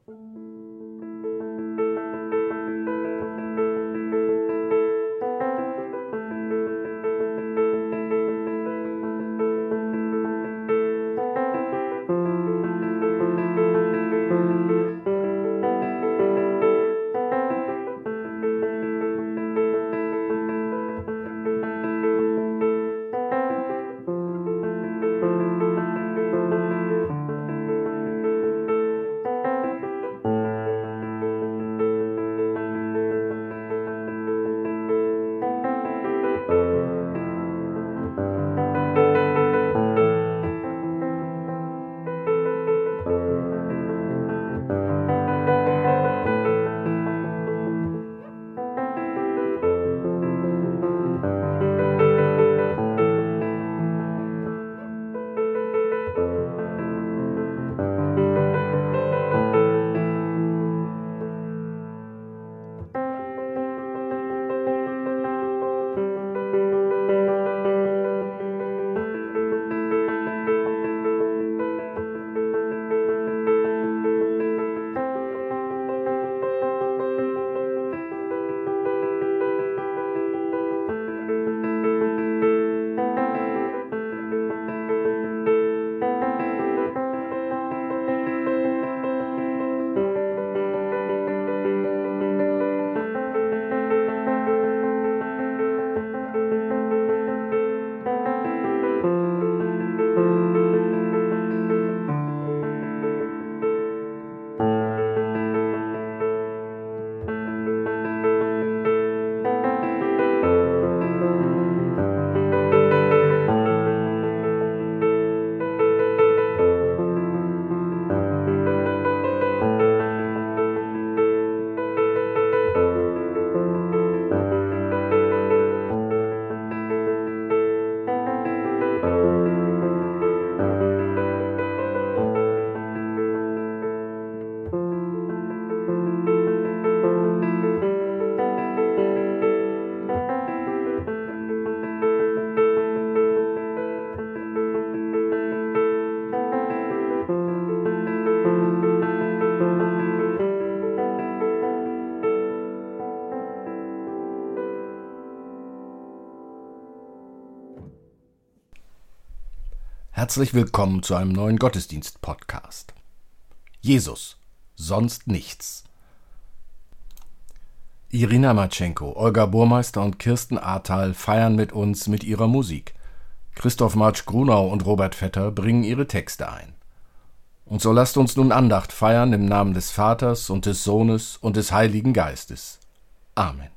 Herzlich willkommen zu einem neuen Gottesdienst-Podcast. Jesus, sonst nichts. Irina Matschenko, Olga Burmeister und Kirsten Ahrtal feiern mit uns mit ihrer Musik. Christoph Marsch-Grunau und Robert Vetter bringen ihre Texte ein. Und so lasst uns nun Andacht feiern im Namen des Vaters und des Sohnes und des Heiligen Geistes. Amen.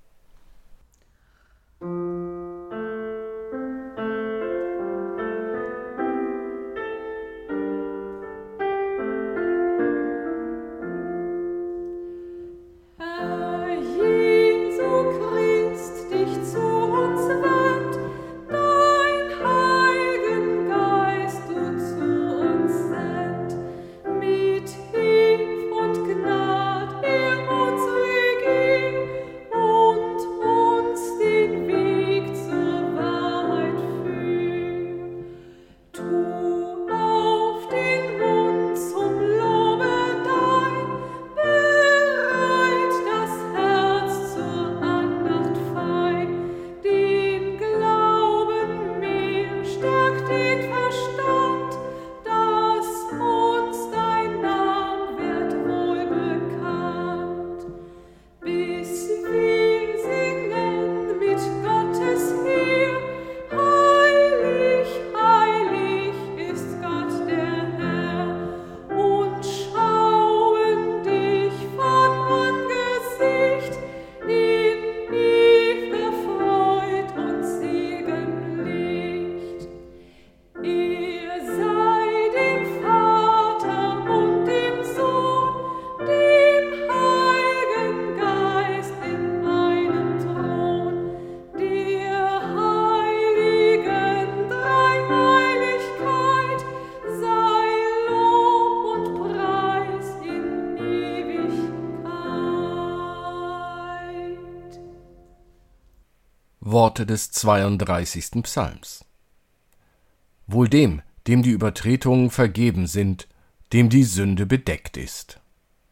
Worte des 32. Psalms. Wohl dem die Übertretungen vergeben sind, dem die Sünde bedeckt ist.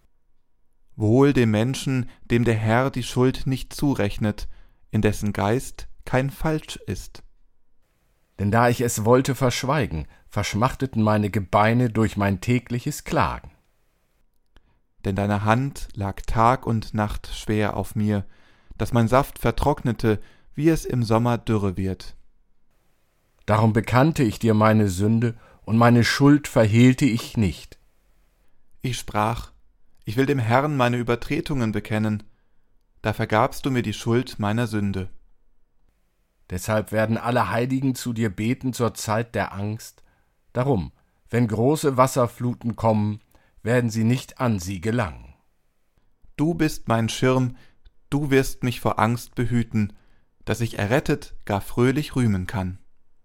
Wohl dem Menschen, dem der Herr die Schuld nicht zurechnet, in dessen Geist kein Falsch ist. Denn da ich es wollte verschweigen, verschmachteten meine Gebeine durch mein tägliches Klagen. Denn deine Hand lag Tag und Nacht schwer auf mir, dass mein Saft vertrocknete, wie es im Sommer dürre wird. Darum bekannte ich dir meine Sünde, und meine Schuld verhehlte ich nicht. Ich sprach, ich will dem Herrn meine Übertretungen bekennen, da vergabst du mir die Schuld meiner Sünde. Deshalb werden alle Heiligen zu dir beten zur Zeit der Angst. Darum, wenn große Wasserfluten kommen, werden sie nicht an sie gelangen. Du bist mein Schirm, du wirst mich vor Angst behüten, dass ich errettet gar fröhlich rühmen kann.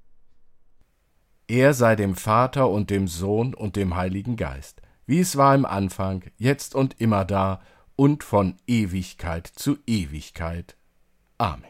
Er sei dem Vater und dem Sohn und dem Heiligen Geist, wie es war im Anfang, jetzt und immer da und von Ewigkeit zu Ewigkeit. Amen.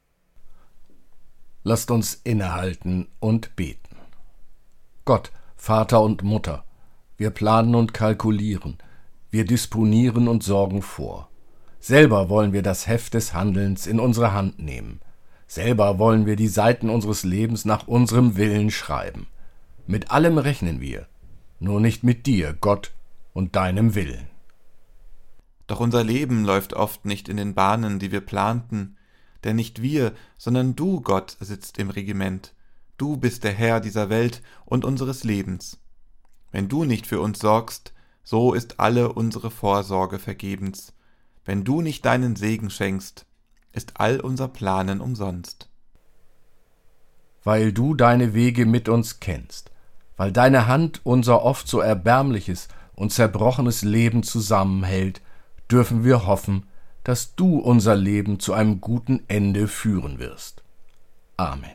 Lasst uns innehalten und beten. Gott, Vater und Mutter, wir planen und kalkulieren, wir disponieren und sorgen vor. Selber wollen wir das Heft des Handelns in unsere Hand nehmen. Selber wollen wir die Seiten unseres Lebens nach unserem Willen schreiben. Mit allem rechnen wir, nur nicht mit dir, Gott, und deinem Willen. Doch unser Leben läuft oft nicht in den Bahnen, die wir planten, denn nicht wir, sondern du, Gott, sitzt im Regiment. Du bist der Herr dieser Welt und unseres Lebens. Wenn du nicht für uns sorgst, so ist alle unsere Vorsorge vergebens. Wenn du nicht deinen Segen schenkst, ist all unser Planen umsonst. Weil du deine Wege mit uns kennst, weil deine Hand unser oft so erbärmliches und zerbrochenes Leben zusammenhält, dürfen wir hoffen, dass du unser Leben zu einem guten Ende führen wirst. Amen.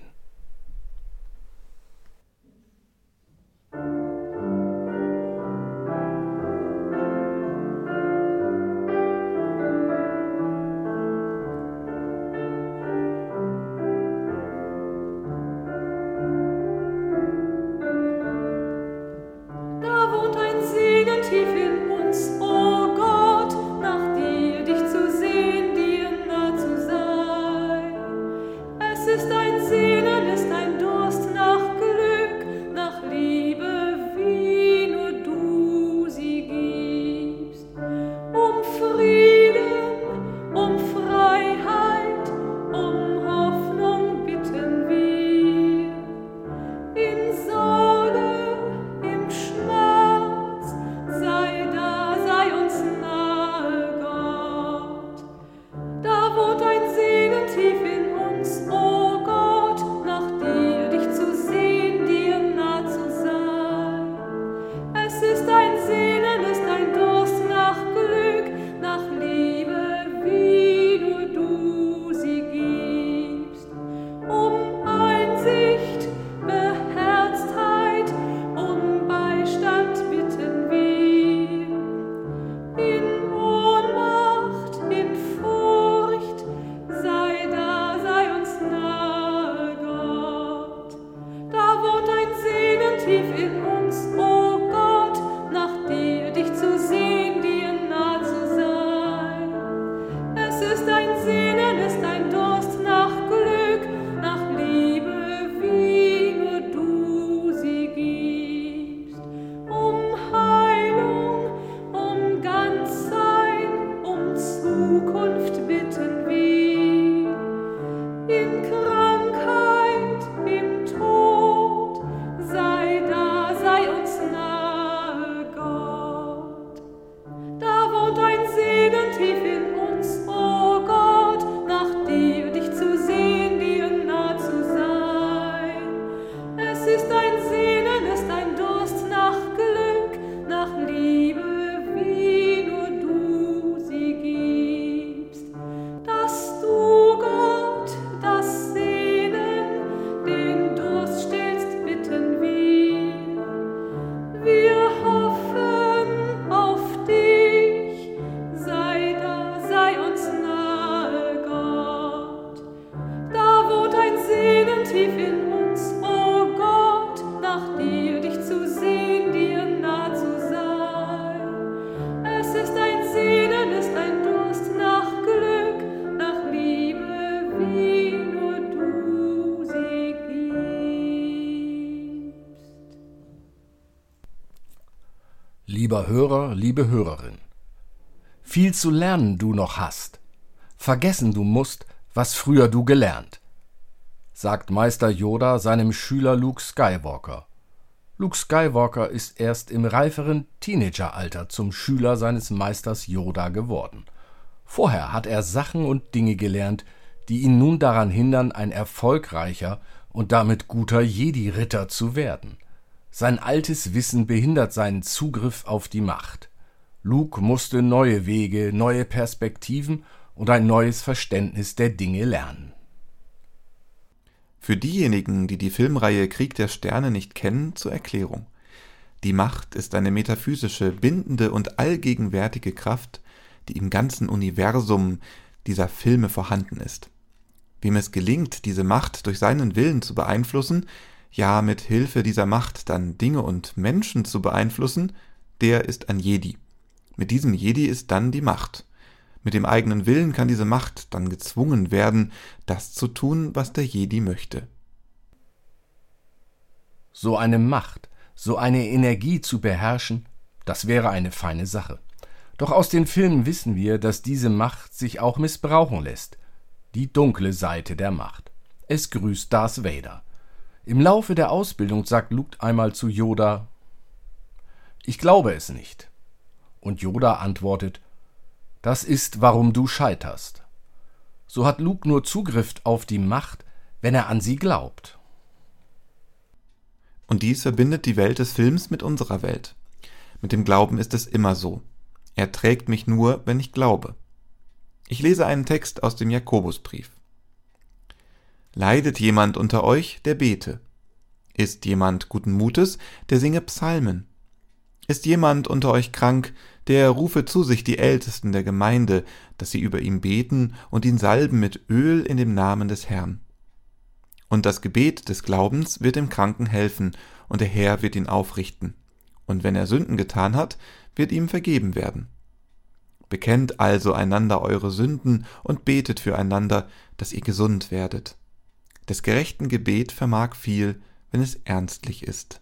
Da wohnt ein Segen tief in uns, o Gott, nach dir dich zu sehen, dir nah zu sein. Es ist ein Segen, Lieber Hörer, liebe Hörerin, viel zu lernen du noch hast. Vergessen du musst, was früher du gelernt, sagt Meister Yoda seinem Schüler Luke Skywalker. Luke Skywalker ist erst im reiferen Teenageralter zum Schüler seines Meisters Yoda geworden. Vorher hat er Sachen und Dinge gelernt, die ihn nun daran hindern, ein erfolgreicher und damit guter Jedi-Ritter zu werden. Sein altes Wissen behindert seinen Zugriff auf die Macht. Luke musste neue Wege, neue Perspektiven und ein neues Verständnis der Dinge lernen. Für diejenigen, die die Filmreihe Krieg der Sterne nicht kennen, zur Erklärung. Die Macht ist eine metaphysische, bindende und allgegenwärtige Kraft, die im ganzen Universum dieser Filme vorhanden ist. Wem es gelingt, diese Macht durch seinen Willen zu beeinflussen, ja mit Hilfe dieser Macht dann Dinge und Menschen zu beeinflussen, der ist ein Jedi. Mit diesem Jedi ist dann die Macht. Mit dem eigenen Willen kann diese Macht dann gezwungen werden, das zu tun, was der Jedi möchte. So eine Macht, so eine Energie zu beherrschen, das wäre eine feine Sache. Doch aus den Filmen wissen wir, dass diese Macht sich auch missbrauchen lässt. Die dunkle Seite der Macht. Es grüßt Darth Vader. Im Laufe der Ausbildung sagt Luke einmal zu Yoda: „Ich glaube es nicht." Und Yoda antwortet: „Das ist, warum du scheiterst." So hat Luke nur Zugriff auf die Macht, wenn er an sie glaubt. Und dies verbindet die Welt des Films mit unserer Welt. Mit dem Glauben ist es immer so. Er trägt mich nur, wenn ich glaube. Ich lese einen Text aus dem Jakobusbrief. Leidet jemand unter euch, der bete. Ist jemand guten Mutes, der singe Psalmen. Ist jemand unter euch krank, der rufe zu sich die Ältesten der Gemeinde, dass sie über ihn beten und ihn salben mit Öl in dem Namen des Herrn. Und das Gebet des Glaubens wird dem Kranken helfen, und der Herr wird ihn aufrichten. Und wenn er Sünden getan hat, wird ihm vergeben werden. Bekennt also einander eure Sünden und betet füreinander, dass ihr gesund werdet. Des gerechten Gebet vermag viel, wenn es ernstlich ist.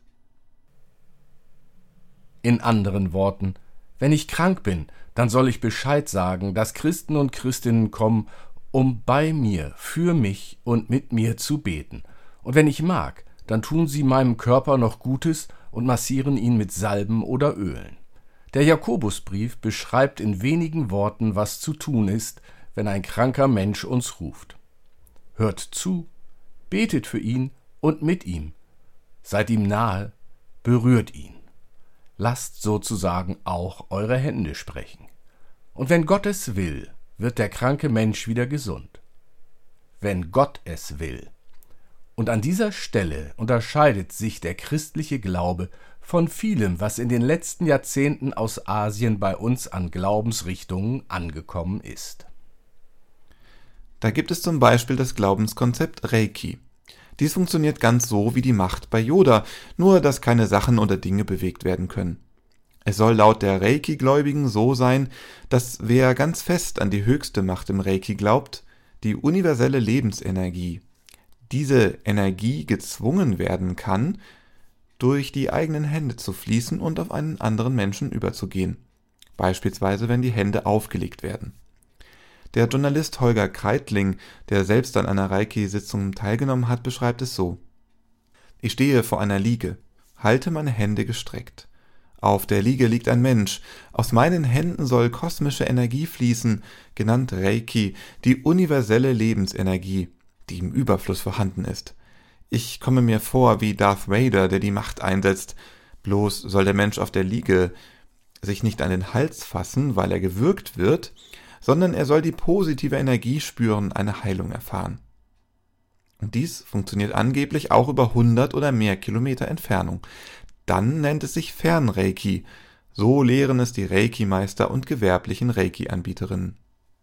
In anderen Worten: Wenn ich krank bin, dann soll ich Bescheid sagen, dass Christen und Christinnen kommen, um bei mir, für mich und mit mir zu beten. Und wenn ich mag, dann tun sie meinem Körper noch Gutes und massieren ihn mit Salben oder Ölen. Der Jakobusbrief beschreibt in wenigen Worten, was zu tun ist, wenn ein kranker Mensch uns ruft. Hört zu, betet für ihn und mit ihm. Seid ihm nahe, berührt ihn. Lasst sozusagen auch eure Hände sprechen. Und wenn Gott es will, wird der kranke Mensch wieder gesund. Wenn Gott es will. Und an dieser Stelle unterscheidet sich der christliche Glaube von vielem, was in den letzten Jahrzehnten aus Asien bei uns an Glaubensrichtungen angekommen ist. Da gibt es zum Beispiel das Glaubenskonzept Reiki. Dies funktioniert ganz so wie die Macht bei Yoda, nur dass keine Sachen oder Dinge bewegt werden können. Es soll laut der Reiki-Gläubigen so sein, dass wer ganz fest an die höchste Macht im Reiki glaubt, die universelle Lebensenergie, diese Energie gezwungen werden kann, durch die eigenen Hände zu fließen und auf einen anderen Menschen überzugehen, beispielsweise wenn die Hände aufgelegt werden. Der Journalist Holger Kreitling, der selbst an einer Reiki-Sitzung teilgenommen hat, beschreibt es so: Ich stehe vor einer Liege, halte meine Hände gestreckt. Auf der Liege liegt ein Mensch. Aus meinen Händen soll kosmische Energie fließen, genannt Reiki, die universelle Lebensenergie, die im Überfluss vorhanden ist. Ich komme mir vor wie Darth Vader, der die Macht einsetzt. Bloß soll der Mensch auf der Liege sich nicht an den Hals fassen, weil er gewürgt wird, sondern er soll die positive Energie spüren, eine Heilung erfahren. Und dies funktioniert angeblich auch über 100 oder mehr Kilometer Entfernung. Dann nennt es sich Fernreiki. So lehren es die Reiki-Meister und gewerblichen Reiki-Anbieterinnen.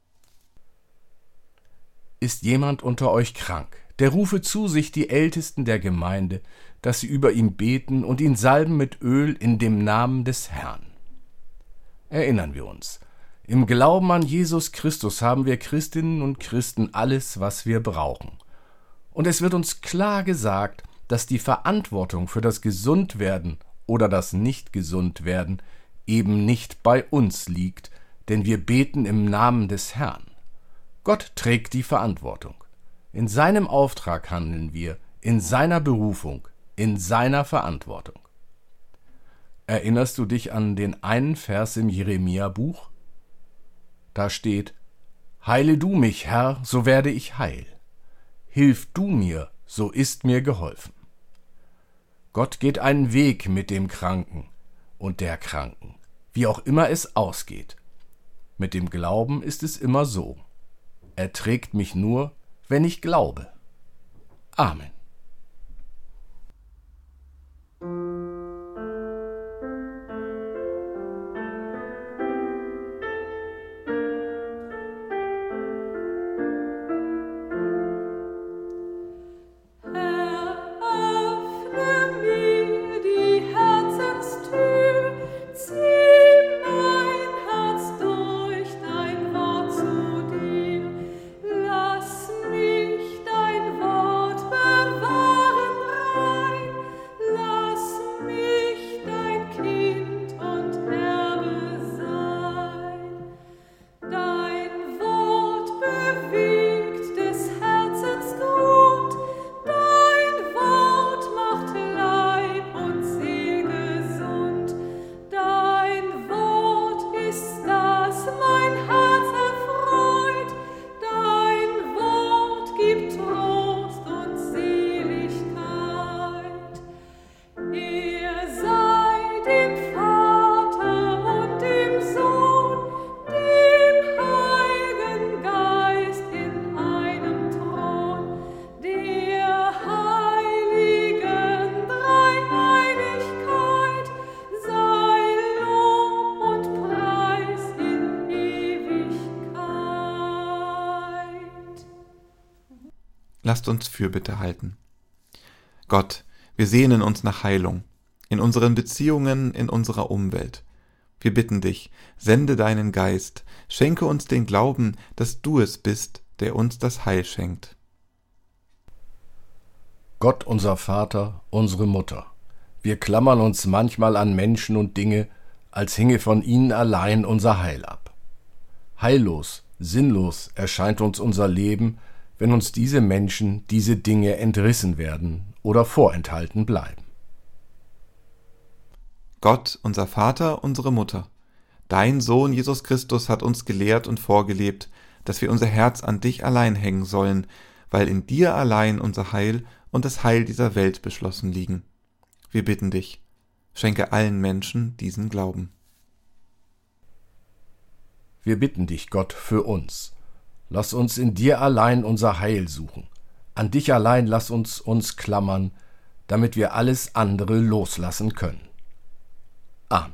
Ist jemand unter euch krank, der rufe zu sich die Ältesten der Gemeinde, dass sie über ihn beten und ihn salben mit Öl in dem Namen des Herrn. Erinnern wir uns: Im Glauben an Jesus Christus haben wir Christinnen und Christen alles, was wir brauchen. Und es wird uns klar gesagt, dass die Verantwortung für das Gesundwerden oder das Nicht-Gesundwerden eben nicht bei uns liegt, denn wir beten im Namen des Herrn. Gott trägt die Verantwortung. In seinem Auftrag handeln wir, in seiner Berufung, in seiner Verantwortung. Erinnerst du dich an den einen Vers im Jeremia-Buch? Da steht: Heile du mich, Herr, so werde ich heil. Hilf du mir, so ist mir geholfen. Gott geht einen Weg mit dem Kranken und der Kranken, wie auch immer es ausgeht. Mit dem Glauben ist es immer so. Er trägt mich nur, wenn ich glaube. Amen. Lasst uns Fürbitte halten. Gott, wir sehnen uns nach Heilung, in unseren Beziehungen, in unserer Umwelt. Wir bitten dich, sende deinen Geist, schenke uns den Glauben, dass du es bist, der uns das Heil schenkt. Gott, unser Vater, unsere Mutter, wir klammern uns manchmal an Menschen und Dinge, als hinge von ihnen allein unser Heil ab. Heillos, sinnlos erscheint uns unser Leben, wenn uns diese Menschen, diese Dinge entrissen werden oder vorenthalten bleiben. Gott, unser Vater, unsere Mutter, dein Sohn Jesus Christus hat uns gelehrt und vorgelebt, dass wir unser Herz an dich allein hängen sollen, weil in dir allein unser Heil und das Heil dieser Welt beschlossen liegen. Wir bitten dich, schenke allen Menschen diesen Glauben. Wir bitten dich, Gott, für uns. Lass uns in dir allein unser Heil suchen. An dich allein lass uns klammern, damit wir alles andere loslassen können. Amen.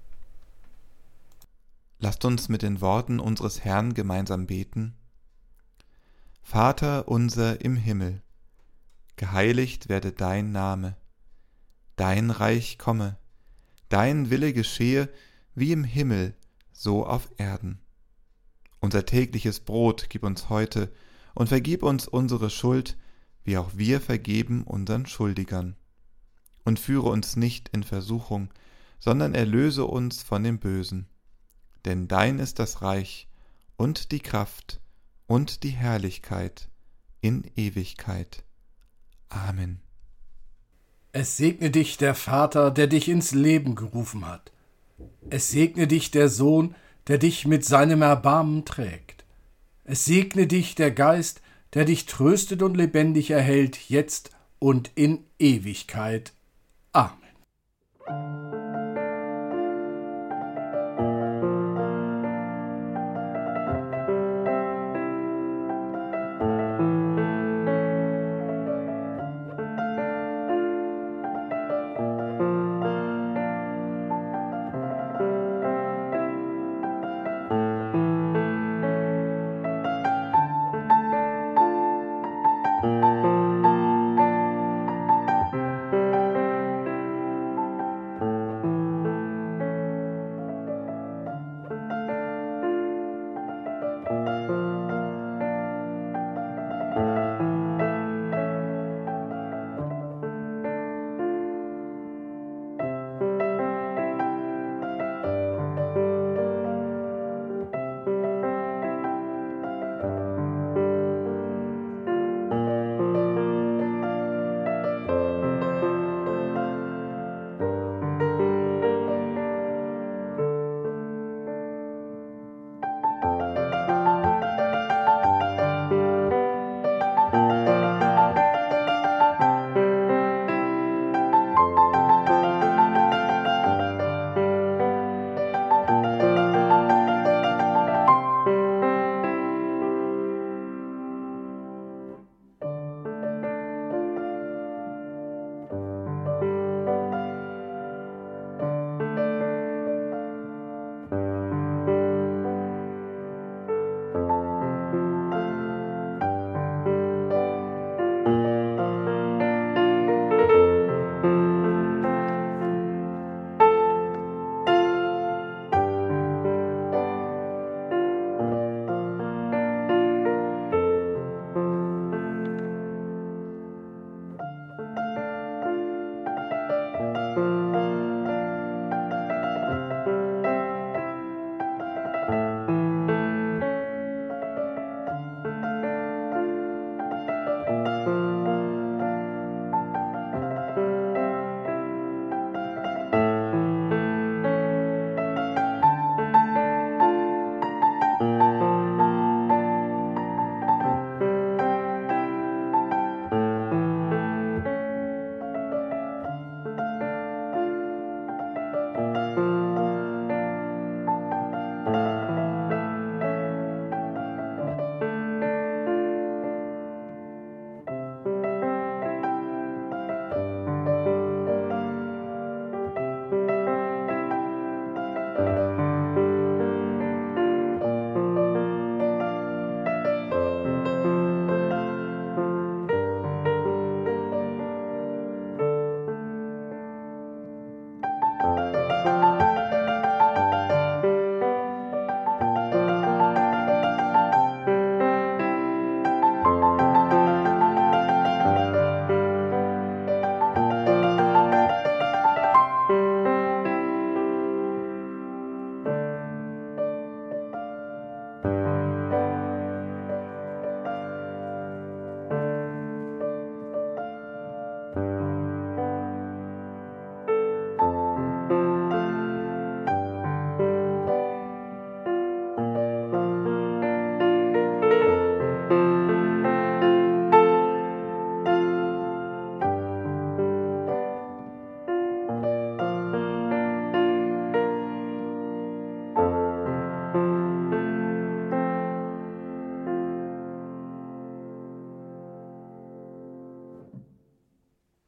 Lasst uns mit den Worten unseres Herrn gemeinsam beten. Vater unser im Himmel, geheiligt werde dein Name. Dein Reich komme, dein Wille geschehe, wie im Himmel, so auf Erden. Unser tägliches Brot gib uns heute und vergib uns unsere Schuld, wie auch wir vergeben unseren Schuldigern. Und führe uns nicht in Versuchung, sondern erlöse uns von dem Bösen. Denn dein ist das Reich und die Kraft und die Herrlichkeit in Ewigkeit. Amen. Es segne dich der Vater, der dich ins Leben gerufen hat. Es segne dich der Sohn, der dich mit seinem Erbarmen trägt. Es segne dich der Geist, der dich tröstet und lebendig erhält, jetzt und in Ewigkeit. Amen.